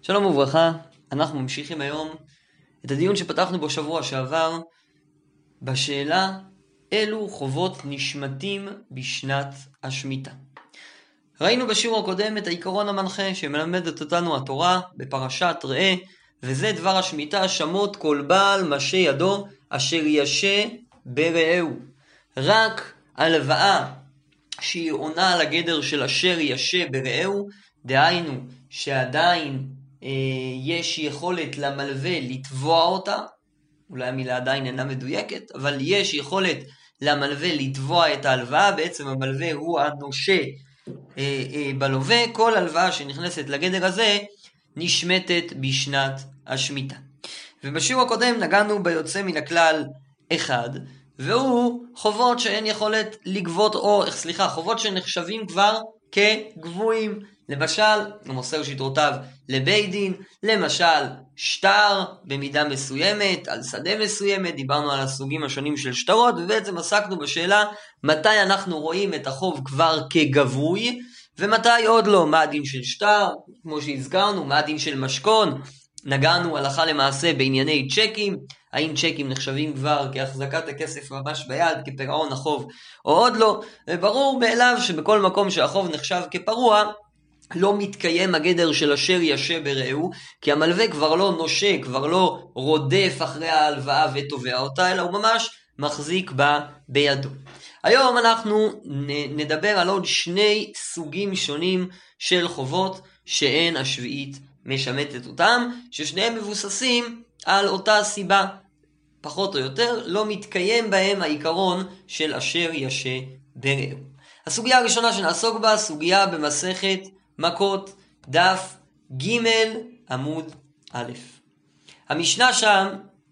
שלום וברכה, אנחנו ממשיכים היום את הדיון שפתחנו בו שבוע שעבר בשאלה אילו חובות נשמטים בשנת השמיטה. ראינו בשיעור הקודם את העיקרון המנחה שמלמדת אותנו התורה בפרשת ראה, וזה דבר השמיטה, שמות כל בעל משה ידו אשר ישה ברעהו. רק הלוואה שהיא עונה על הגדר של אשר ישה ברעהו, דהיינו שעדיין יש יכולת למלווה לתבוע אותה, אולי המילה עדיין אינה מדויקת, אבל יש יכולת למלווה לתבוע את ההלוואה, בעצם המלווה הוא הנושה בלווה, כל הלוואה שנכנסת לגדר הזה נשמטת בשנת השמיטה. ובשיעור הקודם נגענו ביוצא מן הכלל אחד, והוא חובות שאין יכולת לגבות, חובות שנחשבים כבר כגבויים. למשל, מוסר שטרותיו לבית דין, למשל שטר במידה מסוימת, על שדה מסוימת, דיברנו על הסוגים השונים של שטרות, ובעצם עסקנו בשאלה מתי אנחנו רואים את החוב כבר כגבוי, ומתי עוד לא, מה הדין של שטר, כמו שהזכרנו, מה הדין של משכון, נגענו הלכה למעשה בענייני צ'קים, האם צ'קים נחשבים כבר כהחזקת הכסף ממש ביד, כפירעון החוב, או עוד לא, וברור מאליו שבכל מקום שהחוב נחשב כפרוע, לא מתקיים הגדר של אשר ישה ברעהו, כי המלווה כבר לא נושה, כבר לא רודף אחרי ההלוואה ותובע אותה, אלא הוא ממש מחזיק בה בידו. היום אנחנו נדבר על עוד שני סוגים שונים של חובות שאין השביעית משמטת אותם, ששניהם מבוססים על אותה סיבה, פחות או יותר, לא מתקיים בהם העיקרון של אשר ישה ברעהו. הסוגיה הראשונה שנעסוק בה, סוגיה במסכת מכות, דף ג' עמוד א'. המשנה שם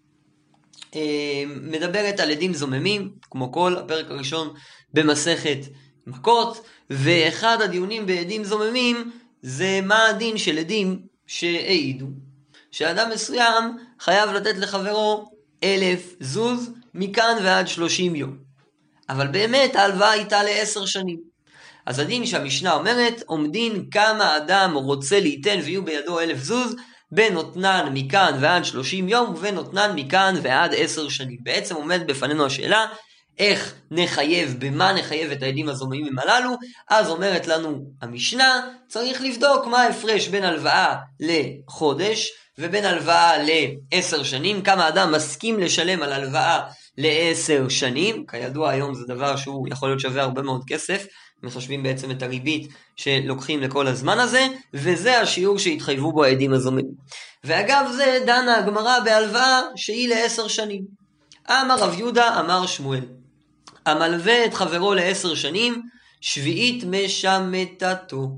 מדברת על עדים זוממים, כמו כל הפרק הראשון במסכת מכות, ואחד הדיונים בעדים זוממים זה מה הדין של עדים שהעידו, שאדם מסוים חייב לתת לחברו 1,000 זוז מכאן ועד 30 יום. אבל באמת ההלוואה הייתה ל10 שנים. אז הדין שהמשנה אומרת, עומדין כמה אדם רוצה ליתן ויהיו בידו 1,000 זוז, בנותנן מכאן ועד 30 יום, ובנותנן מכאן ועד 10 שנים. בעצם עומד בפנינו השאלה, איך נחייב, במה נחייב את העדים הזוממים הללו. אז אומרת לנו המשנה, צריך לבדוק מה ההפרש בין הלוואה לחודש, ובין הלוואה ל10 שנים, כמה אדם מסכים לשלם על הלוואה ל10 שנים, כידוע היום זה דבר שהוא יכול להיות שווה הרבה מאוד כסף, מחשבים בעצם את הריבית שלוקחים לכל הזמן הזה, וזה השיעור שהתחייבו בו העדים הזוממים. ואגב זה דנה הגמרא בהלוואה שהיא ל10 שנים. אמר רב יהודה אמר שמואל, המלווה את חברו ל10 שנים, שביעית משמטתו.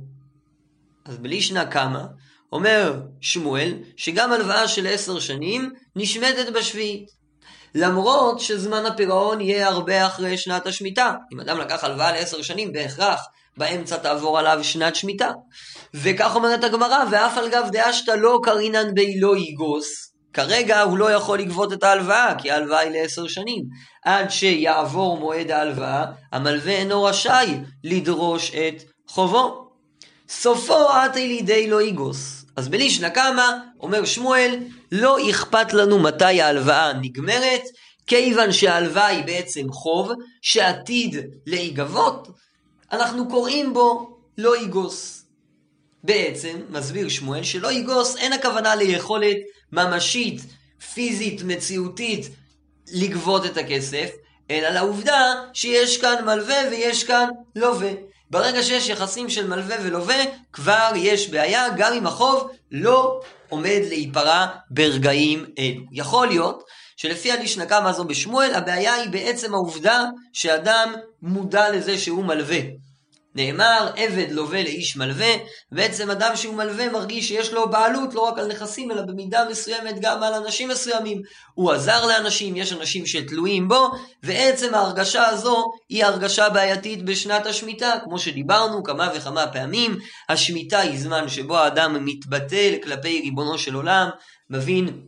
אז בלישנא קמא אומר שמואל שגם הלוואה של 10 שנים נשמטת בשביעית. למרות שזמן הפירעון יהיה הרבה אחרי שנת השמיטה. אם אדם לקח הלוואה ל10 שנים, בהכרח באמצע תעבור עליו שנת שמיטה. וכך אומרת הגמרא, ואף על גב דאשתא לא קרינן בי לא יגוס. כרגע הוא לא יכול לגבות את ההלוואה, כי ההלוואה היא ל10 שנים. עד שיעבור מועד ההלוואה, המלווה אינו רשאי לדרוש את חובו. סופו עתי לידי לא יגוס. אז בלישנא קמא אומר שמואל, לא אכפת לנו מתי ההלוואה נגמרת, כיוון שההלוואה היא בעצם חוב שעתיד להיגבות, אנחנו קוראים בו לא יגוס. בעצם מסביר שמואל שלא יגוס אין הכוונה ליכולת ממשית, פיזית, מציאותית לגבות את הכסף, אלא לעובדה שיש כאן מלווה ויש כאן לווה. ברגע שיש יחסים של מלווה ולווה, כבר יש בעיה, גם אם החוב לא עומד להיפרע ברגעים אלו. יכול להיות שלפי הלישנא קמא הזו בשמואל, הבעיה היא בעצם העובדה שאדם מודע לזה שהוא מלווה. נאמר, עבד לווה לאיש מלווה, בעצם אדם שהוא מלווה מרגיש שיש לו בעלות לא רק על נכסים, אלא במידה מסוימת גם על אנשים מסוימים. הוא עזר לאנשים, יש אנשים שתלויים בו, ועצם ההרגשה הזו היא הרגשה בעייתית בשנת השמיטה, כמו שדיברנו כמה וכמה פעמים. השמיטה היא זמן שבו האדם מתבטל כלפי ריבונו של עולם, מבין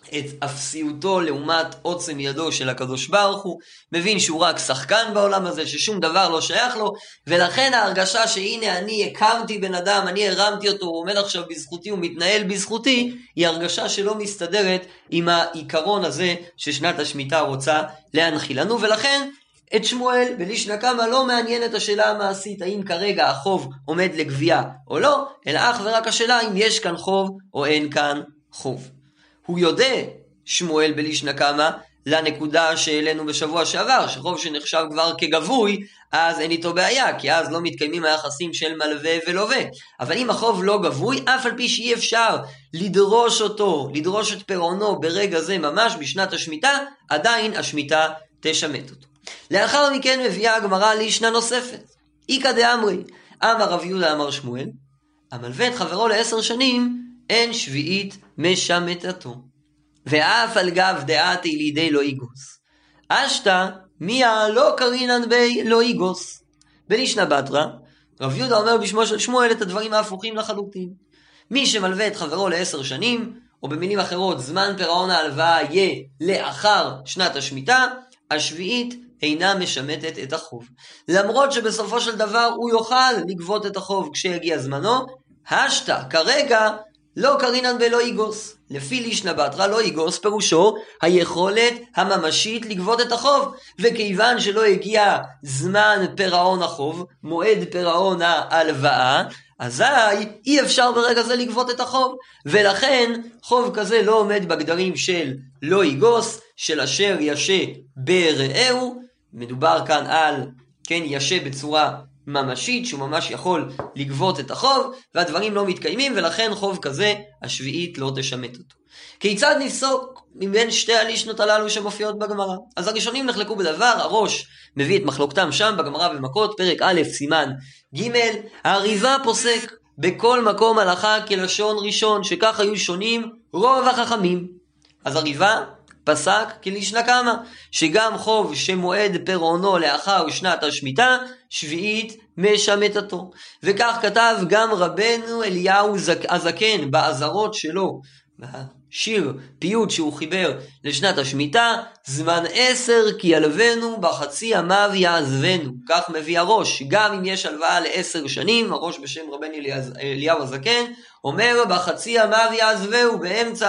את אפסיותו לעומת עוצם ידו של הקדוש ברוך הוא, מבין שהוא רק שחקן בעולם הזה, ששום דבר לא שייך לו, ולכן ההרגשה שהנה אני הקמתי בן אדם, אני הרמתי אותו, הוא עומד עכשיו בזכותי, הוא מתנהל בזכותי, היא הרגשה שלא מסתדרת עם העיקרון הזה ששנת השמיטה רוצה להנחיל לנו, ולכן את שמואל בלישנא קמא לא מעניינת השאלה המעשית, האם כרגע החוב עומד לגבייה או לא, אלא אך ורק השאלה אם יש כאן חוב או אין כאן חוב. הוא יודע, שמואל בלישנא קמא, לנקודה שהעלינו בשבוע שעבר, שחוב שנחשב כבר כגבוי, אז אין איתו בעיה, כי אז לא מתקיימים היחסים של מלווה ולווה. אבל אם החוב לא גבוי, אף על פי שאי אפשר לדרוש אותו, לדרוש את פירעונו ברגע זה ממש בשנת השמיטה, עדיין השמיטה תשמט אותו. לאחר מכן מביאה הגמרא לישנא נוספת. איכא דאמרי, אמר רב יהודה אמר שמואל, המלווה את חברו ל10 שנים, אין שביעית משמטתו. ואף על גב דעתי לידי לא יגוס. אשתא מיה לא קרינן בי לא יגוס. בלישנא בתרא, רב יהודה אומר בשמו של שמואל את הדברים ההפוכים לחלוטין. מי שמלווה את חברו ל10 שנים, או במילים אחרות זמן פירעון ההלוואה יהיה לאחר שנת השמיטה, השביעית אינה משמטת את החוב. למרות שבסופו של דבר הוא יוכל לגבות את החוב כשיגיע זמנו, השתא כרגע לא קרינן בלא יגוס. לפי לישנא בתרא לא יגוס פירושו היכולת הממשית לגבות את החוב, וכיוון שלא הגיע זמן פירעון החוב, מועד פירעון ההלוואה, אזי אי אפשר ברגע זה לגבות את החוב, ולכן חוב כזה לא עומד בגדרים של לא יגוס, של אשר ישה ברעהו. מדובר כאן על ישה בצורה ממשית, שהוא ממש יכול לגבות את החוב, והדברים לא מתקיימים, ולכן חוב כזה השביעית לא תשמט אותו. כיצד נפסוק מבין שתי הלישנות הללו שמופיעות בגמרא? אז הראשונים נחלקו בדבר, הראש מביא את מחלוקתם שם בגמרא במכות, פרק א' סימן ג', הריבה פוסק בכל מקום הלכה כלשון ראשון, שכך היו שונים רוב החכמים. אז הריבה פסק כלישנא קמא, שגם חוב שמועד פירעונו לאחר שנת השמיטה, שביעית משמטתו. וכך כתב גם רבנו אליהו הזקן בעזרות שלו, בשיר פיוט שהוא חיבר לשנת השמיטה, זמן 10 כי ילבנו בחצי ימיו יעזבנו. כך מביא הראש, גם אם יש הלוואה ל10 שנים, הראש בשם רבנו אליהו הזקן, אומר בחצי ימיו יעזבהו, באמצע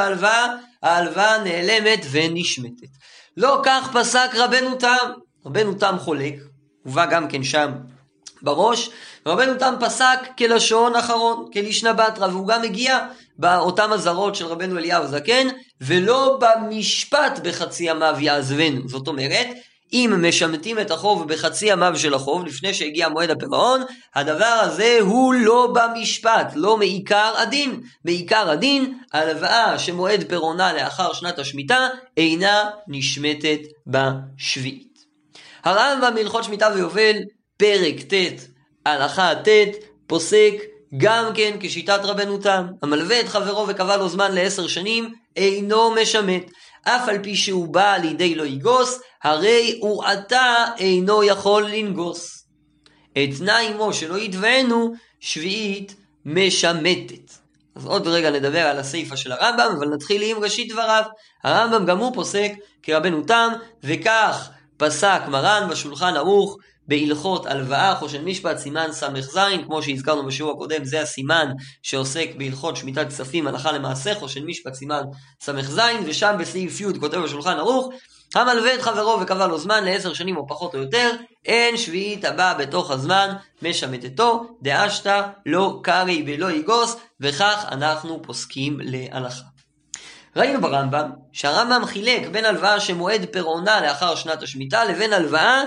ההלוואה נעלמת ונשמטת. לא כך פסק רבנו תם. רבנו תם חולק, הובא גם כן שם בראש, רבנו תם פסק כלשון אחרון, כלישנא בתרא, והוא גם הגיע באותם הזרות של רבנו אליהו הזקן, ולא במשפט בחצי ימיו יעזבנו. זאת אומרת, אם משמטים את החוב בחצי ימיו של החוב, לפני שהגיע מועד הפירעון, הדבר הזה הוא לא במשפט, לא מעיקר הדין. מעיקר הדין, הלוואה שמועד פירעונה לאחר שנת השמיטה, אינה נשמטת בשביעית. הרמב"ם בהלכות שמיטה ויובל, פרק ט' הלכה ט', פוסק גם כן כשיטת רבנו תם, המלווה את חברו וקבע לו זמן ל10 שנים, אינו משמט, אף על פי שהוא בא לידי לא יגוס, הרי הוא עתה אינו יכול לנגוס. אתנא עמו שלא יתבענו, שביעית משמטת. אז עוד רגע נדבר על הסיפא של הרמב"ם, אבל נתחיל עם ראשית דבריו. הרמב"ם גם הוא פוסק כרבנו תם, וכך פסק מרן בשולחן ערוך בהלכות הלוואה חושן משפט סימן ס"ז, כמו שהזכרנו בשיעור הקודם, זה הסימן שעוסק בהלכות שמיטת כספים הלכה למעשה, חושן משפט סימן ס"ז, ושם בסעיף י' כותב בשולחן ערוך, המלווה את חברו וקבע לו זמן ל10 שנים או פחות או יותר, אין שביעית הבא בתוך הזמן משמטתו, דאשתא לא קרי בלא יגוס, וכך אנחנו פוסקים להלכה. ראינו ברמב"ם שהרמב"ם חילק בין הלוואה שמועד פירעונה לאחר שנת השמיטה לבין הלוואה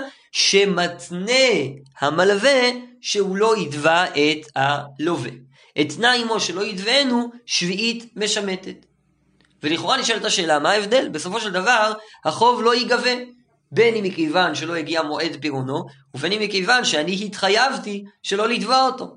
שמתנה המלווה שהוא לא יתבע את הלווה. אתנא עמו שלא יתבענו, שביעית משמטת. ולכאורה נשאלת השאלה, מה ההבדל? בסופו של דבר החוב לא ייגבה, בין אם מכיוון שלא הגיע מועד פירעונו, ובין אם מכיוון שאני התחייבתי שלא לתבע אותו.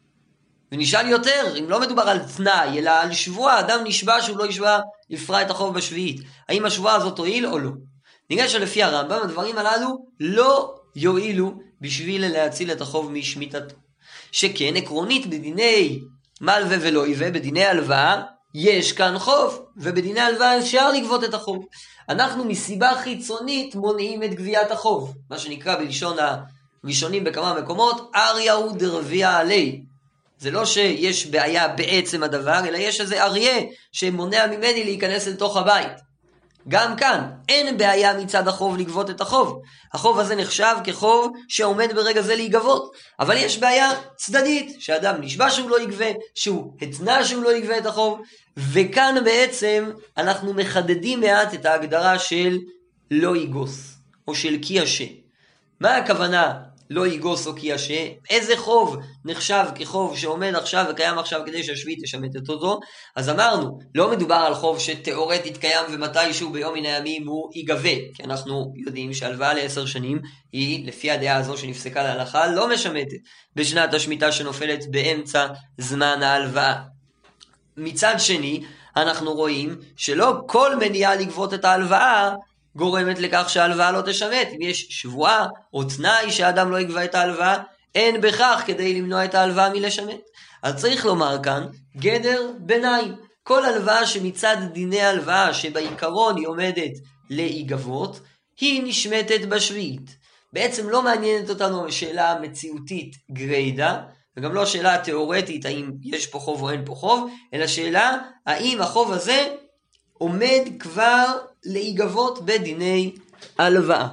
ונשאל יותר, אם לא מדובר על תנאי, אלא על שבועה, אדם נשבע שהוא לא ישבע לפרע את החוב בשביעית. האם השבועה הזאת תועיל או לא? נראה שלפי הרמב"ם הדברים הללו לא יועילו בשביל להציל את החוב משמיטתו. שכן עקרונית בדיני מלווה ולא יווה, בדיני הלוואה, יש כאן חוב, ובדיני הלוואה אפשר לגבות את החוב. אנחנו מסיבה חיצונית מונעים את גביית החוב, מה שנקרא בלשון הראשונים בכמה מקומות, אריהו דרביע עלי. זה לא שיש בעיה בעצם הדבר, אלא יש איזה אריה שמונע ממני להיכנס לתוך הבית. גם כאן אין בעיה מצד החוב לגבות את החוב. החוב הזה נחשב כחוב שעומד ברגע זה להיגבות. אבל יש בעיה צדדית, שאדם נשבע שהוא לא יגבה, שהוא התנה שהוא לא יגבה את החוב. וכאן בעצם אנחנו מחדדים מעט את ההגדרה של לא יגוס, או של קיישה. מה הכוונה לא יגוס או קיישה? איזה חוב נחשב כחוב שעומד עכשיו וקיים עכשיו כדי שהשביעית תשמט אותו? אז אמרנו, לא מדובר על חוב שתיאורטית קיים ומתישהו ביום מן הימים הוא ייגבה, כי אנחנו יודעים שהלוואה ל10 שנים היא, לפי הדעה הזו שנפסקה להלכה, לא משמטת בשנת השמיטה שנופלת באמצע זמן ההלוואה. מצד שני, אנחנו רואים שלא כל מניעה לגבות את ההלוואה גורמת לכך שההלוואה לא תשמט. אם יש שבועה או תנאי שהאדם לא יגבה את ההלוואה, אין בכך כדי למנוע את ההלוואה מלשמט. אז צריך לומר כאן, גדר ביניים. כל הלוואה שמצד דיני הלוואה שבעיקרון היא עומדת להיגבות, היא נשמטת בשביעית. בעצם לא מעניינת אותנו השאלה המציאותית גריידה, וגם לא השאלה התיאורטית האם יש פה חוב או אין פה חוב, אלא שאלה האם החוב הזה עומד כבר להיגבות בדיני הלוואה.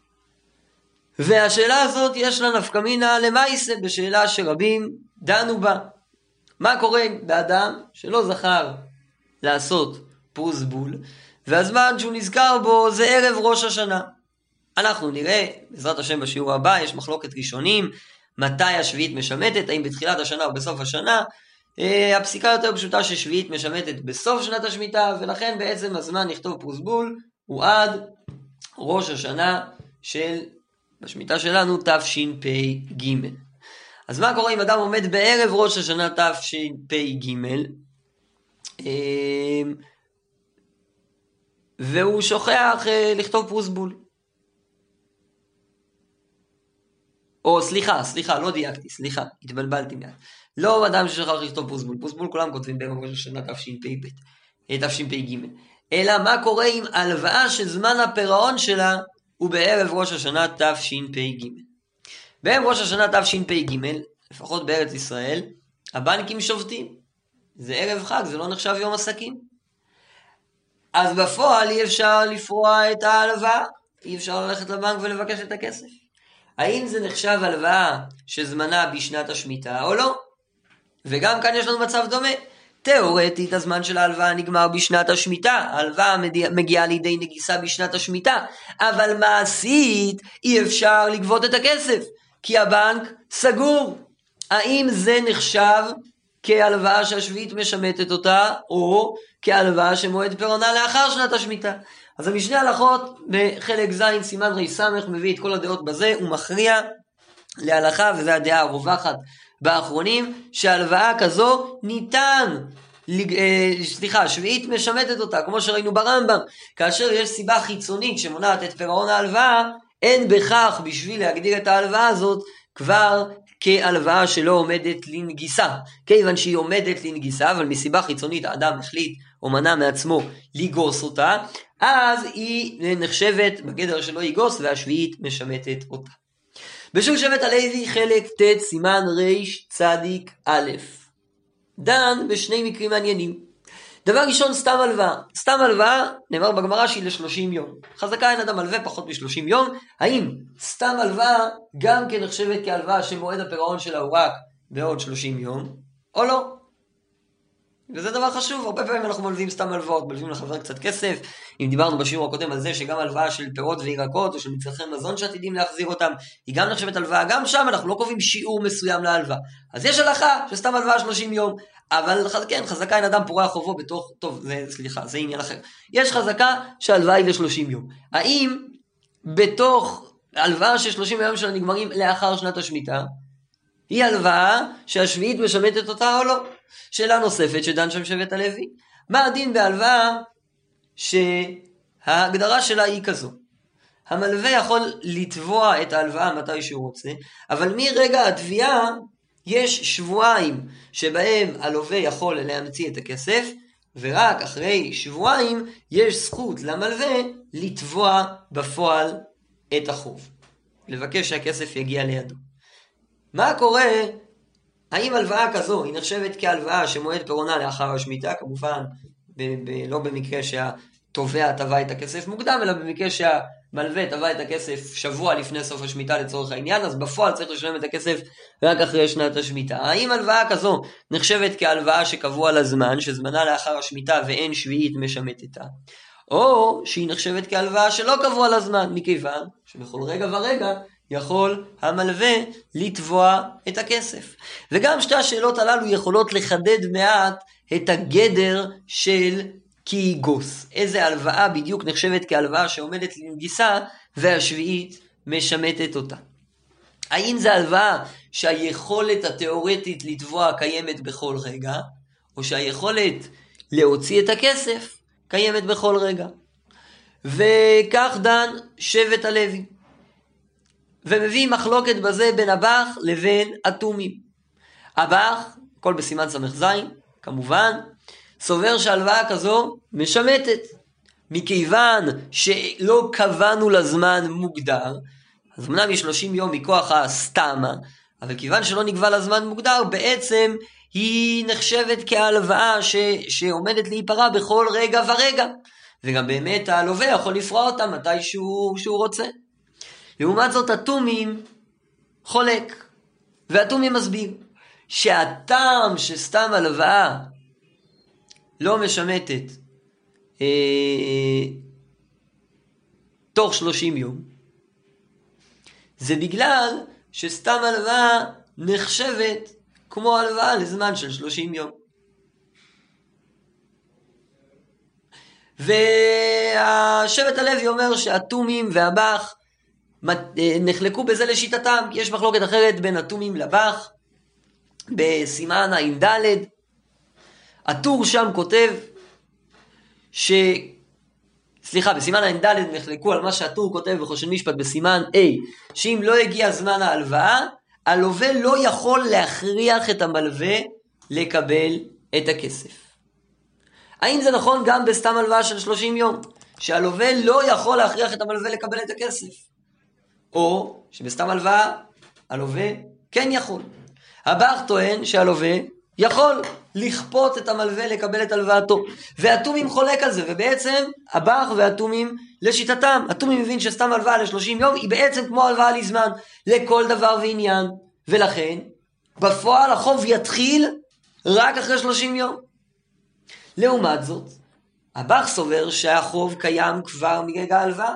והשאלה הזאת יש לה נפקא מינה למעשה בשאלה שרבים דנו בה. מה קורה באדם שלא זכר לעשות פוס בול, והזמן שהוא נזכר בו זה ערב ראש השנה? אנחנו נראה בעזרת השם בשיעור הבא, יש מחלוקת ראשונים, מתי השביעית משמטת, האם בתחילת השנה או בסוף השנה. הפסיקה יותר פשוטה ששביעית משמטת בסוף שנת השמיטה, ולכן בעצם הזמן לכתוב פוס בול הוא עד ראש השנה של, בשמיטה שלנו, תשפ"ג. אז מה קורה אם אדם עומד בערב ראש השנה תשפ"ג, והוא שוכח לכתוב פוס בול? או סליחה, לא דייקתי, התבלבלתי מעט. לא אדם ששכח לכתוב פוס בול. פוס בול כולם כותבים בערב ראש השנה תשפ"ג. אלא מה קורה עם הלוואה שזמן הפירעון שלה הוא בערב ראש השנה תשפ"ג. בערב ראש השנה תשפ"ג, לפחות בארץ ישראל, הבנקים שובתים. זה ערב חג, זה לא נחשב יום עסקים. אז בפועל אי אפשר לפרוע את ההלוואה, אי אפשר ללכת לבנק ולבקש את הכסף. האם זה נחשב הלוואה שזמנה בשנת השמיטה או לא? וגם כאן יש לנו מצב דומה. תיאורטית הזמן של ההלוואה נגמר בשנת השמיטה, ההלוואה מגיעה לידי נגיסה בשנת השמיטה, אבל מעשית אי אפשר לגבות את הכסף, כי הבנק סגור. האם זה נחשב כהלוואה שהשביעית משמטת אותה, או כהלוואה שמועד פירעונה לאחר שנת השמיטה? אז המשנה הלכות בחלק ז' סימן ר' מביא את כל הדעות בזה, הוא מכריע להלכה, וזו הדעה הרווחת באחרונים, שהלוואה כזו ניתן, שביעית משמטת אותה, כמו שראינו ברמב"ם, כאשר יש סיבה חיצונית שמונעת את פירעון ההלוואה, אין בכך בשביל להגדיר את ההלוואה הזאת כבר כהלוואה שלא עומדת לנגיסה. כיוון שהיא עומדת לנגיסה, אבל מסיבה חיצונית האדם החליט או מנע מעצמו לגוס אותה, אז היא נחשבת בגדר שלא יגוס, והשביעית משמטת אותה. בשול שבט הלוי חלק ט' סימן צדיק א', דן בשני מקרים מעניינים. דבר ראשון, סתם הלוואה. סתם הלוואה, נאמר בגמרא שהיא ל30 יום. חזקה אין אדם מלווה פחות מ30 יום. האם סתם הלוואה גם כן נחשבת כהלוואה שמועד הפירעון שלה הוא רק בעוד 30 יום, או לא? וזה דבר חשוב. הרבה פעמים אנחנו מלווים סתם הלוואות, מלווים לחבר קצת כסף. אם דיברנו בשיעור הקודם על זה שגם הלוואה של פירות וירקות או של מצרכי מזון שעתידים להחזיר אותם, היא גם נחשבת הלוואה. גם שם אנחנו לא קובעים שיעור מסוים להלוואה. אז יש הלכה שסתם הלוואה 30 יום. אבל כן, חזקה אין אדם פורע חובו בתוך, טוב, זה עניין אחר. יש חזקה שההלוואה היא ל30 יום. האם בתוך הלוואה של 30 יום שלה נגמרים לאחר שנת השמיטה, היא הלוואה שהשביעית משמטת אותה או לא? שאלה נוספת שדן שם שבט הלוי. מה הדין בהלוואה שההגדרה שלה היא כזו? המלווה יכול לתבוע את ההלוואה מתי שהוא רוצה, אבל מרגע התביעה יש שבועיים שבהם הלווה יכול להמציא את הכסף, ורק אחרי שבועיים יש זכות למלווה לתבוע בפועל את החוב, לבקש שהכסף יגיע לידו. מה קורה? האם הלוואה כזו היא נחשבת כהלוואה שמועד פירעונה לאחר השמיטה? כמובן לא במקרה שהתובע תבע את הכסף מוקדם, אלא במקרה שהמלווה תבע את הכסף שבוע לפני סוף השמיטה לצורך העניין, אז בפועל צריך לשלם את הכסף רק אחרי שנת השמיטה. האם הלוואה כזו נחשבת כהלוואה שקבוע לזמן, שזמנה לאחר השמיטה ואין שביעית משמטתה, או שהיא נחשבת כהלוואה שלא קבוע לזמן, מכיוון שבכל רגע ורגע יכול המלווה לתבוע את הכסף. וגם שתי השאלות הללו יכולות לחדד מעט את הגדר של קיגוס. איזה הלוואה בדיוק נחשבת כהלוואה שעומדת לנגיסה והשביעית משמטת אותה. האם זה הלוואה שהיכולת התיאורטית לתבוע קיימת בכל רגע, או שהיכולת להוציא את הכסף קיימת בכל רגע? וכך דן שבט הלוי, ומביא מחלוקת בזה בין הבח לבין התומים. הבח, הכל בסימן סמך זין, כמובן, סובר שהלוואה כזו משמטת, מכיוון שלא קבענו לזמן מוגדר, אז אמנם יש 30 יום מכוח הסתמה, אבל כיוון שלא נקבע לזמן מוגדר, בעצם היא נחשבת כהלוואה שעומדת להיפרע בכל רגע ורגע, וגם באמת הלווה יכול לפרוע אותה מתי שהוא רוצה. לעומת זאת התומים חולק, והתומים מסביר שהטעם שסתם הלוואה לא משמטת תוך 30 יום, זה בגלל שסתם הלוואה נחשבת כמו הלוואה לזמן של 30 יום. והשבט הלוי אומר שהתומים והבח נחלקו בזה לשיטתם, כי יש מחלוקת אחרת בין התומים לבח בסימן ע"ד. הטור שם כותב בסימן ע"ד נחלקו על מה שהטור כותב בחושן משפט בסימן A, שאם לא הגיע זמן ההלוואה, הלווה לא יכול להכריח את המלווה לקבל את הכסף. האם זה נכון גם בסתם הלוואה של 30 יום, שהלווה לא יכול להכריח את המלווה לקבל את הכסף? או שבסתם הלוואה הלווה כן יכול. הבח טוען שהלווה יכול לכפות את המלווה לקבל את הלוואתו, והתומים חולק על זה, ובעצם הבח והתומים לשיטתם, התומים מבין שסתם הלוואה ל30 יום היא בעצם כמו הלוואה לזמן לכל דבר ועניין, ולכן בפועל החוב יתחיל רק אחרי 30 יום. לעומת זאת הבח סובר שהחוב קיים כבר מרגע ההלוואה,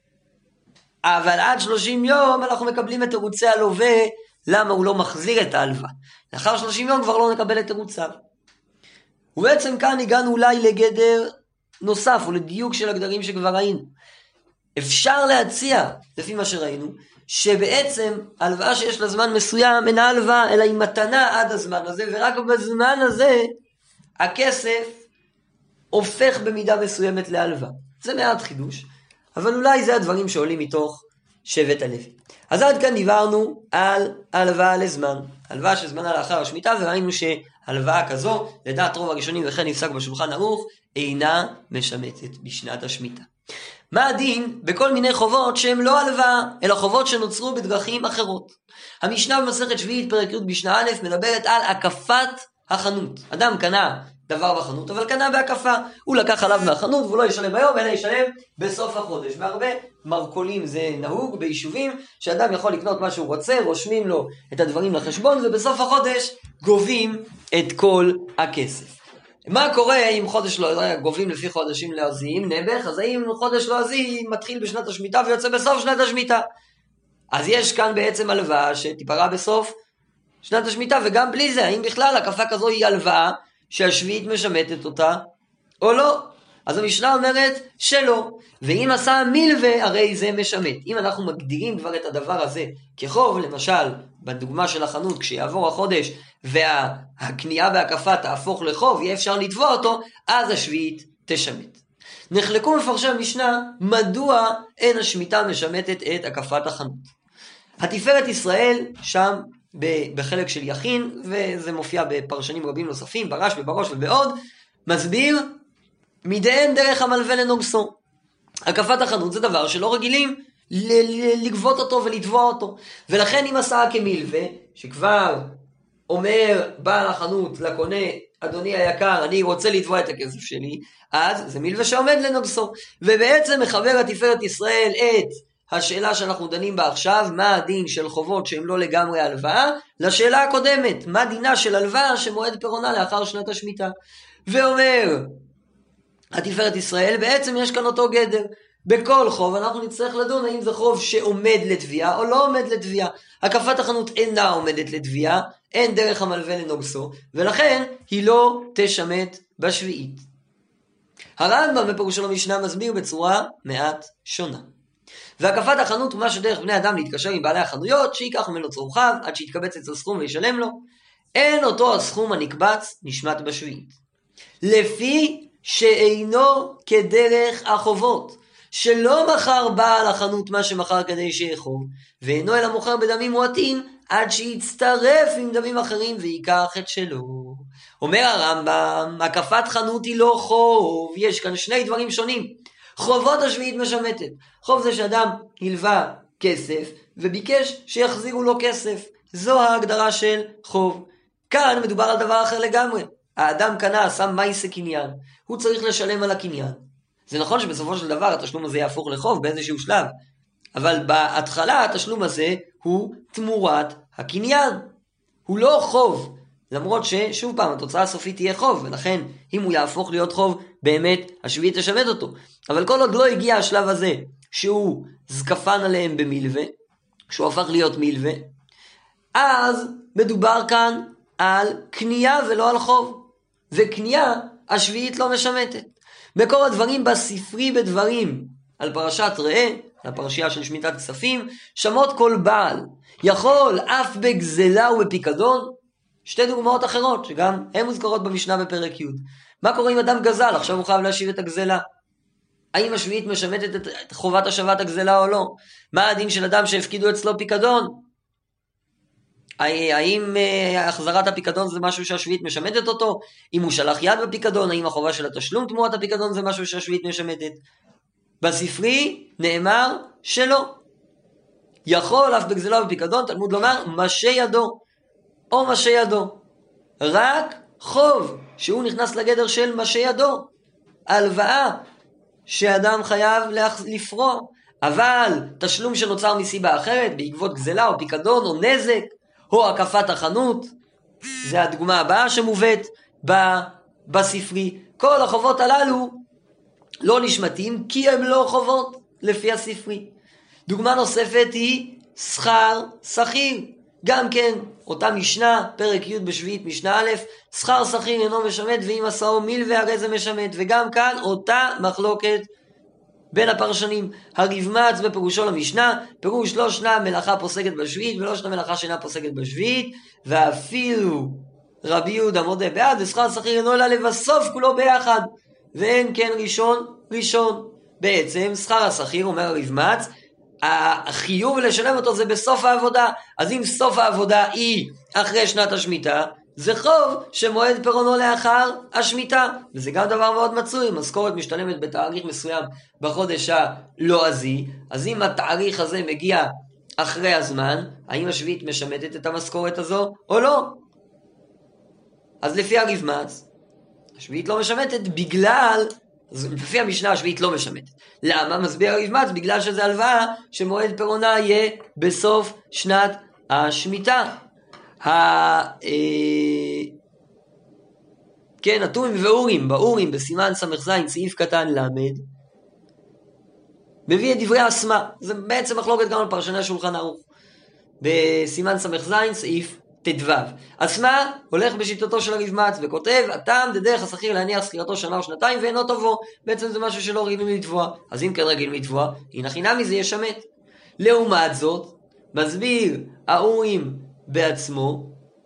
אבל עד 30 יום אנחנו מקבלים את תירוצי הלווה למה הוא לא מחזיר את ההלוואה. לאחר 30 יום כבר לא נקבל את תירוציו. ובעצם כאן הגענו אולי לגדר נוסף, או לדיוק של הגדרים שכבר ראינו. אפשר להציע, לפי מה שראינו, שבעצם הלוואה שיש לה זמן מסוים אינה הלוואה, אלא היא מתנה עד הזמן הזה, ורק בזמן הזה הכסף הופך במידה מסוימת להלוואה. זה מעט חידוש, אבל אולי זה הדברים שעולים מתוך שבט הלוי. אז עד כאן דיברנו על הלוואה לזמן, הלוואה שזמנה לאחר השמיטה, וראינו שהלוואה כזו, לדעת רוב הראשונים וכן נפסק בשולחן ערוך, אינה משמטת בשנת השמיטה. מה הדין בכל מיני חובות שהם לא הלוואה, אלא חובות שנוצרו בדרכים אחרות? המשנה במסכת שביעית פרק י' משנה א' מדברת על הקפת החנות. אדם קנה דבר בחנות, אבל קנה בהקפה. הוא לקח עליו מהחנות והוא לא ישלם היום, אלא ישלם בסוף החודש. בהרבה מרקולים זה נהוג ביישובים, שאדם יכול לקנות מה שהוא רוצה, רושמים לו את הדברים לחשבון, ובסוף החודש גובים את כל הכסף. מה קורה אם חודש לא גובים לפי חודשים לועזיים, נעבך, אז האם חודש לועזי מתחיל בשנת השמיטה ויוצא בסוף שנת השמיטה? אז יש כאן בעצם הלוואה שתיפרע בסוף שנת השמיטה, וגם בלי זה, האם בכלל הקפה כזו היא הלוואה שהשביעית משמטת אותה או לא? אז המשנה אומרת שלא, ואם עשה מילווה הרי זה משמט. אם אנחנו מגדירים כבר את הדבר הזה כחוב, למשל בדוגמה של החנות, כשיעבור החודש והקנייה בהקפה תהפוך לחוב, יהיה אפשר לתבוע אותו, אז השביעית תשמט. נחלקו מפרשי המשנה מדוע אין השמיטה משמטת את הקפת החנות. התפארת ישראל שם בחלק של יכין, וזה מופיע בפרשנים רבים נוספים, ברש ובראש ובעוד, מסביר, מדין דרך המלווה לנוגסו. הקפת החנות זה דבר שלא רגילים לגבות אותו ולתבוע אותו. ולכן אם עשה כמלווה, שכבר אומר בעל החנות לקונה, אדוני היקר, אני רוצה לתבוע את הכסף שלי, אז זה מלווה שעומד לנוגסו. ובעצם מחבר התפארת ישראל את השאלה שאנחנו דנים בה עכשיו, מה הדין של חובות שהם לא לגמרי הלוואה, לשאלה הקודמת, מה דינה של הלוואה שמועד פירעונה לאחר שנת השמיטה. ואומר התפארת ישראל, בעצם יש כאן אותו גדר. בכל חוב אנחנו נצטרך לדון האם זה חוב שעומד לתביעה או לא עומד לתביעה. הקפת החנות אינה עומדת לתביעה, אין דרך המלווה לנוגסו, ולכן היא לא תשמט בשביעית. הרמב"ם בפירושו למשנה מסביר בצורה מעט שונה. והקפת החנות הוא מה שדרך בני אדם להתקשר עם בעלי החנויות, שיקח ממנו צורכיו עד שיתקבץ את הסכום וישלם לו. אין אותו הסכום הנקבץ נשמט בשביעית. לפי שאינו כדרך החובות, שלא מכר בעל החנות מה שמכר כדי שיחוב, ואינו אלא מוכר בדמים מועטים עד שיצטרף עם דמים אחרים ויקח את שלו. אומר הרמב"ם, הקפת חנות היא לא חוב, יש כאן שני דברים שונים. חובות השביעית משמטת. חוב זה שאדם הלווה כסף וביקש שיחזירו לו כסף. זו ההגדרה של חוב. כאן מדובר על דבר אחר לגמרי. האדם קנה, שם מייסה קניין. הוא צריך לשלם על הקניין. זה נכון שבסופו של דבר התשלום הזה יהפוך לחוב באיזשהו שלב. אבל בהתחלה התשלום הזה הוא תמורת הקניין. הוא לא חוב. למרות ששוב פעם התוצאה הסופית תהיה חוב, ולכן אם הוא יהפוך להיות חוב באמת השביעית תשמט אותו. אבל כל עוד לא הגיע השלב הזה שהוא זקפן עליהם במלווה, כשהוא הפך להיות מלווה, אז מדובר כאן על קנייה ולא על חוב. וקנייה השביעית לא משמטת. מקור הדברים בספרי בדברים על פרשת ראה, הפרשייה של שמיטת כספים, שמות כל בעל יכול אף בגזלה ובפיקדון. שתי דוגמאות אחרות שגם הן מוזכרות במשנה בפרק י'. מה קורה אם אדם גזל? עכשיו הוא חייב להשיב את הגזלה. האם השביעית משמטת את חובת השבת הגזלה או לא? מה הדין של אדם שהפקידו אצלו פיקדון? האם החזרת הפיקדון זה משהו שהשביעית משמטת אותו? אם הוא שלח יד בפיקדון, האם החובה של התשלום תמורת הפיקדון זה משהו שהשביעית משמטת? בספרי נאמר שלא. יכול אף בגזלה ובפיקדון, תלמוד לומר משה ידו או משה ידו. רק חוב שהוא נכנס לגדר של משה ידו, הלוואה שאדם חייב לפרוע. אבל תשלום שנוצר מסיבה אחרת, בעקבות גזלה או פיקדון או נזק או הקפת החנות, זה הדוגמה הבאה שמובאת בספרי. כל החובות הללו לא נשמטים כי הם לא חובות לפי הספרי. דוגמה נוספת היא שכר שכיר. גם כן אותה משנה, פרק י' בשביעית משנה א', שכר שכיר אינו משמט ואם עשאו מלווה הרי זה משמט. וגם כאן אותה מחלוקת בין הפרשנים. הרבמ"ץ בפירושו למשנה, פירוש לא שנה מלאכה פוסקת בשביעית ולא שנה מלאכה שאינה פוסקת בשביעית, ואפילו רבי יהודה מודה בעד, ושכר שכיר אינו אלא לבסוף כולו ביחד, ואין כן ראשון. בעצם שכר השכיר, אומר הרבמ"ץ, החיוב לשלם אותו זה בסוף העבודה. אז אם סוף העבודה היא אחרי שנת השמיטה, זה חוב שמועד פירעונו לאחר השמיטה. וזה גם דבר מאוד מצוי. משכורת משתלמת בתאריך מסוים בחודש הלועזי, אז אם התאריך הזה מגיע אחרי הזמן, האם השביעית משמטת את המשכורת הזו או לא? אז לפי הרבמ"ץ, השביעית לא משמטת בגלל, לפי המשנה השביעית לא משמטת. למה? מסביר הרבמ"ץ, בגלל שזה הלוואה שמועד פירעונה יהיה בסוף שנת השמיטה. כן, הטורים ואורים, באורים בסימן ס"ז סעיף קטן למד, מביא את דברי האסמה. זה בעצם מחלוקת גם על פרשני שולחן ערוך. בסימן ס"ז סעיף ט"ו. אסמה הולך בשיטתו של הרבמ"ץ וכותב, הטעם דדרך השכיר להניח שכירתו שנה או שנתיים ואינו טובו. בעצם זה משהו שלא רגילים לתבוע. אז אם כן רגילים לתבוע, הנה חינמי זה ישמט. לעומת זאת, מסביר האורים בעצמו,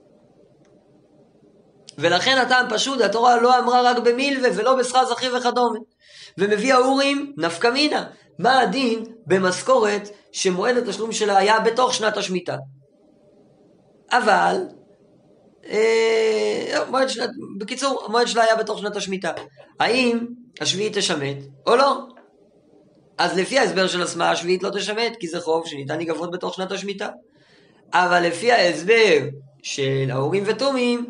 ולכן הטעם פשוט, התורה לא אמרה רק במילווה ולא בשכר שכיר וכדומה. ומביא האורים נפקא מינה, מה הדין במשכורת שמועד התשלום שלה היה בתוך שנת השמיטה, אבל בקיצור, המועד שלה היה בתוך שנת השמיטה. האם השביעית תשמט או לא? אז לפי ההסבר של הסמאה, השביעית לא תשמט, כי זה חוב שניתן להיגבות בתוך שנת השמיטה. אבל לפי ההסבר של האורים ותומים,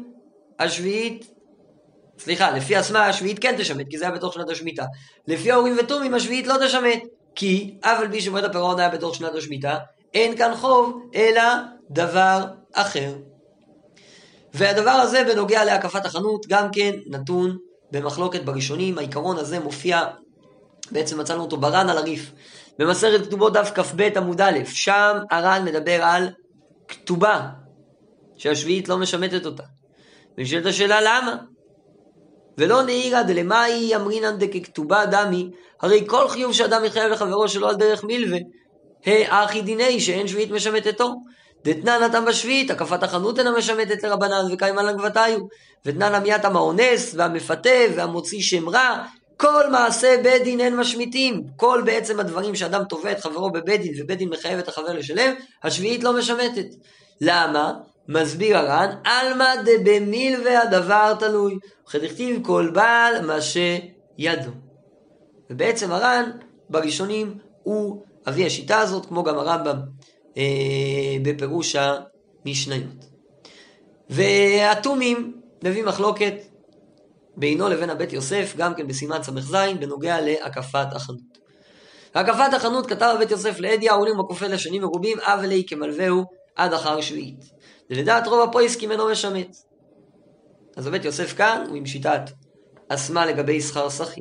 לפי הסמאה השביעית כן תשמט, כי זה היה בתוך שנת השמיטה. לפי האורים ותומים השביעית לא תשמט, כי אף על פי שמועד הפירעון היה בתוך שנת השמיטה, אין כאן חוב, אלא דבר אחר. והדבר הזה בנוגע להקפת החנות גם כן נתון במחלוקת בראשונים. העיקרון הזה מופיע, בעצם מצאנו אותו בר"ן על הריף, במסכת כתובות דף כ"ב עמוד א', שם הר"ן מדבר על כתובה, שהשביעית לא משמטת אותה. ונשאלת השאלה למה? ולא נעירא דלמאי אמרינן דככתובה דמי, הרי כל חיוב שאדם יחייב לחברו שלא על דרך מילווה, האחי דיני שאין שביעית משמטתו. דתנן נתן בשביעית, הקפת החנות אינה משמטת לרבנן וקיימה לגבתיו, ותנן המיית המאונס והמפתה והמוציא שם רע, כל מעשה בית דין אין משמיטים. כל בעצם הדברים שאדם תובע את חברו בבית דין ובית דין מחייב את החבר לשלם, השביעית לא משמטת. למה? מסביר הר"ן, עלמא דבמילווה הדבר תלוי, וכדכתיב כל בעל מה שידו. ובעצם הר"ן בראשונים הוא אבי השיטה הזאת, כמו גם הרמב"ם בפירוש המשניות. והתומים מביא מחלוקת בינו לבין הבית יוסף, גם כן בסימן סמ"ז, בנוגע להקפת החנות. הקפת החנות כתב הבית יוסף לעדיה, העולים הכופל לשנים מרובים, אבלי כמלווהו עד אחר שביעית. ולדעת רוב הפויסקים אינו משמט. אז הבית יוסף כאן הוא עם שיטת הסמה לגבי שכר שכיר.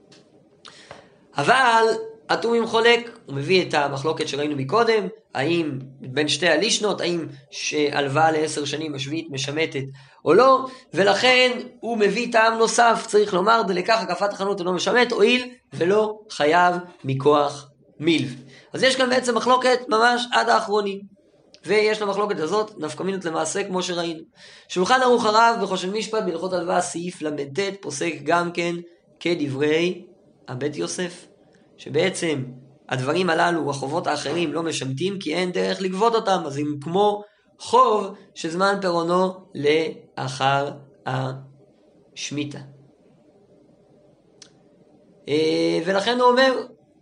אבל התומים חולק, הוא מביא את המחלוקת שראינו מקודם, האם בין שתי הלישנות, האם שהלוואה ל10 שנים השביעית משמטת או לא, ולכן הוא מביא טעם נוסף, צריך לומר, דלקח הקפת החנות אינו משמט, הואיל ולא חייב מכוח מילווה. אז יש כאן בעצם מחלוקת ממש עד האחרונים, ויש למחלוקת הזאת נפקא מינות למעשה כמו שראינו. שולחן ערוך הרב בחושן משפט בהלכות הלוואה סעיף ל"ט פוסק גם כן כדברי הבית יוסף, שבעצם הדברים הללו, החובות האחרים לא משמטים כי אין דרך לגבות אותם, אז הם כמו חוב שזמן פירעונו לאחר השמיטה. ולכן הוא אומר,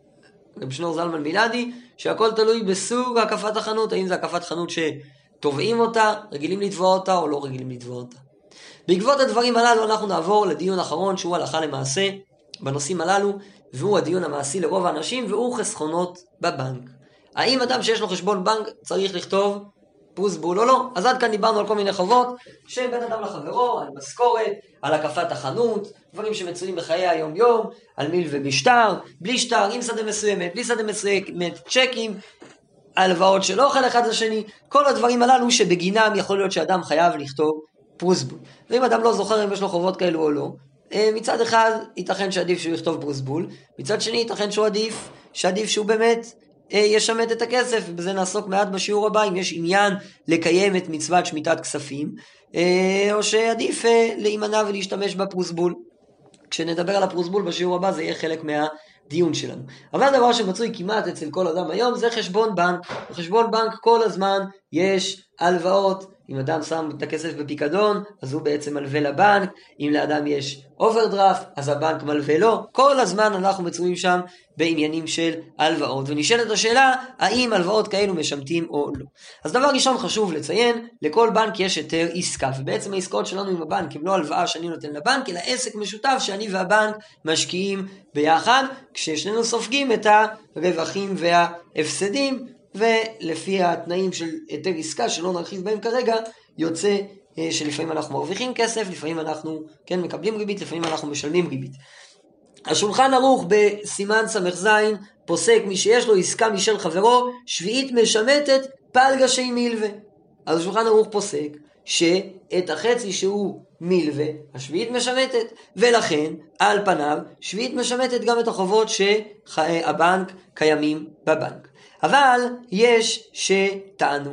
רב שנור זלמן בלעדי, שהכל תלוי בסוג הקפת החנות, האם זה הקפת חנות שתובעים אותה, רגילים לתבוע אותה או לא רגילים לתבוע אותה. בעקבות הדברים הללו אנחנו נעבור לדיון אחרון שהוא הלכה למעשה בנושאים הללו, והוא הדיון המעשי לרוב האנשים, והוא חסכונות בבנק. האם אדם שיש לו חשבון בנק צריך לכתוב פרוסבול או לא? אז עד כאן דיברנו על כל מיני חובות שבין אדם לחברו, על משכורת, על הקפת החנות, דברים שמצויים בחיי היום יום, על מילווה בשטר, בלי שטר, עם שדה מסוימת, בלי שדה מסוימת, צ'קים, הלוואות של אוכל אחד לשני, כל הדברים הללו שבגינם יכול להיות שאדם חייב לכתוב פרוסבול. ואם אדם לא זוכר אם יש לו חובות כאלו או לא, מצד אחד ייתכן שעדיף שהוא יכתוב פרוסבול, מצד שני ייתכן שעדיף שהוא באמת ישמט את הכסף, ובזה נעסוק מעט בשיעור הבא, אם יש עניין לקיים את מצוות שמיטת כספים, או שעדיף להימנע ולהשתמש בפרוסבול. כשנדבר על הפרוסבול בשיעור הבא זה יהיה חלק מהדיון שלנו. אבל דבר שמצוי כמעט אצל כל אדם היום זה חשבון בנק. בחשבון בנק כל הזמן יש הלוואות. אם אדם שם את הכסף בפיקדון, אז הוא בעצם מלווה לבנק. אם לאדם יש אוברדרפט, אז הבנק מלווה לו. כל הזמן אנחנו מצויים שם בעניינים של הלוואות. ונשאלת השאלה, האם הלוואות כאלו משמטים או לא. אז דבר ראשון חשוב לציין, לכל בנק יש היתר עסקה. ובעצם העסקאות שלנו עם הבנק הם לא הלוואה שאני נותן לבנק, אלא עסק משותף שאני והבנק משקיעים ביחד, כששנינו סופגים את הרווחים וההפסדים, ולפי התנאים של היתר עסקה שלא נרחיב בהם כרגע, יוצא שלפעמים אנחנו מרוויחים כסף, לפעמים אנחנו כן מקבלים ריבית, לפעמים אנחנו משלמים ריבית. השולחן ערוך בסימן סמ"ז פוסק מי שיש לו עסקה משל חברו, שביעית משמטת פלגה שהיא מילווה. אז השולחן ערוך פוסק שאת החצי שהוא מילווה, השביעית משמטת, ולכן על פניו שביעית משמטת גם את החובות שהבנק קיימים בבנק. אבל יש שטענו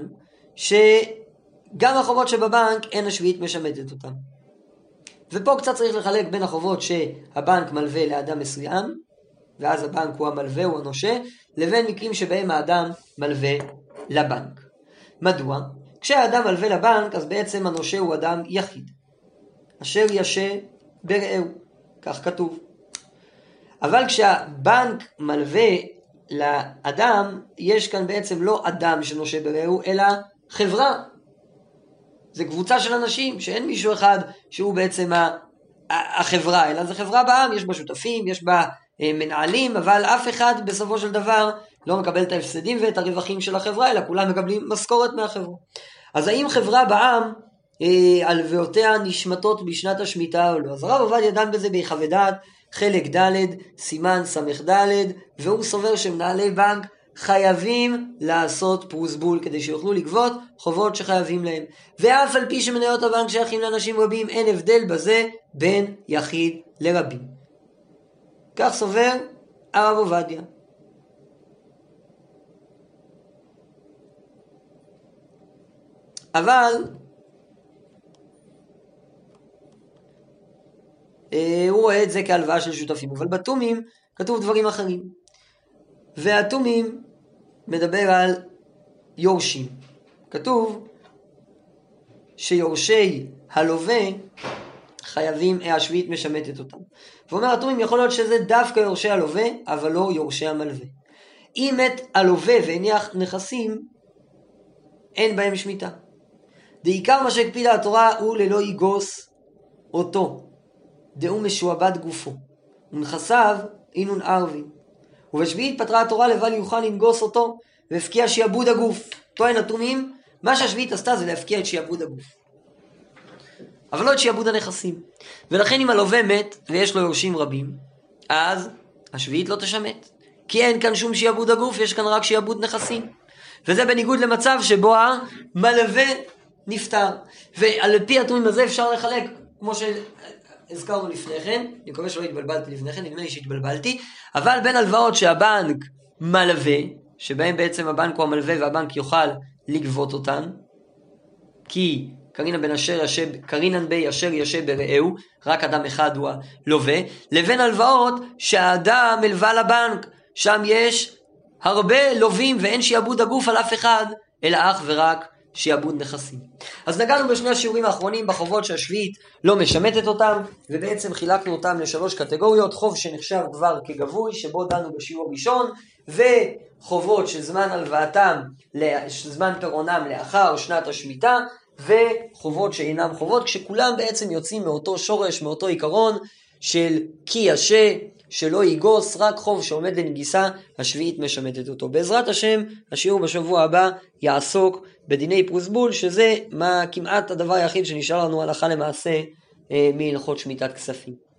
שגם החובות שבבנק אין השביעית משמטת אותם. ופה קצת צריך לחלק בין החובות שהבנק מלווה לאדם מסוים, ואז הבנק הוא המלווה, הוא הנושה, לבין מקרים שבהם האדם מלווה לבנק. מדוע? כשהאדם מלווה לבנק, אז בעצם הנושה הוא אדם יחיד. אשר ישה ברעהו, כך כתוב. אבל כשהבנק מלווה לאדם, יש כאן בעצם לא אדם שנושה ברעהו, אלא חברה. זה קבוצה של אנשים, שאין מישהו אחד שהוא בעצם החברה, אלא זה חברה בעם, יש בה שותפים, יש בה מנהלים, אבל אף אחד בסופו של דבר לא מקבל את ההפסדים ואת הרווחים של החברה, אלא כולם מקבלים משכורת מהחברה. אז האם חברה בעם, הלוואותיה נשמטות בשנת השמיטה או לא? אז הרב עובדיה דן בזה בהיחווה דעת, חלק ד' סימן סמך ד', והוא סובר שמנהלי בנק חייבים לעשות פרוסבול כדי שיוכלו לגבות חובות שחייבים להם. ואף על פי שמניות הבנק שייכים לאנשים רבים, אין הבדל בזה בין יחיד לרבים. כך סובר הרב עובדיה. אבל הוא רואה את זה כהלוואה של שותפים, אבל בתומים כתוב דברים אחרים. והתומים מדבר על יורשים. כתוב שיורשי הלווה חייבים, השביעית משמטת אותם. ואומר התומים יכול להיות שזה דווקא יורשי הלווה, אבל לא יורשי המלווה. אם מת הלווה והניח נכסים, אין בהם שמיטה. בעיקר מה שהקפידה התורה הוא ללא יגוס אותו, דאו משועבד גופו, ונכסיו אינון ערבים. ובשביעית פטרה התורה לבל יוכל לנגוס אותו, והפקיע שיעבוד הגוף. טוען התומים, מה שהשביעית עשתה זה להפקיע את שיעבוד הגוף, אבל לא את שיעבוד הנכסים. ולכן אם הלווה מת ויש לו יורשים רבים, אז השביעית לא תשמט, כי אין כאן שום שיעבוד הגוף, יש כאן רק שיעבוד נכסים. וזה בניגוד למצב שבו המלווה נפטר. ועל פי התומים הזה אפשר לחלק, כמו שהזכרנו לפני כן, אני מקווה שלא התבלבלתי לפני כן, נדמה לי שהתבלבלתי, אבל בין הלוואות שהבנק מלווה, שבהם בעצם הבנק הוא המלווה והבנק יוכל לגבות אותן, כי קרינן בי אשר ישה ברעהו, רק אדם אחד הוא הלווה, לבין הלוואות שהאדם מלווה לבנק, שם יש הרבה לווים ואין שיעבוד הגוף על אף אחד, אלא אך ורק שיעבוד נכסים. אז נגענו בשני השיעורים האחרונים בחובות שהשביעית לא משמטת אותם, ובעצם חילקנו אותם לשלוש קטגוריות: חוב שנחשב כבר כגבוי, שבו דנו בשיעור ראשון, וחובות שזמן הלוואתם, זמן פירעונם לאחר שנת השמיטה, וחובות שאינם חובות, כשכולם בעצם יוצאים מאותו שורש, מאותו עיקרון של כי ישה, שלא יגוס, רק חוב שעומד לנגיסה, השביעית משמטת אותו. בעזרת השם, השיעור בשבוע הבא יעסוק בדיני פרוסבול, שזה כמעט הדבר היחיד שנשאר לנו הלכה למעשה מהלכות שמיטת כספים.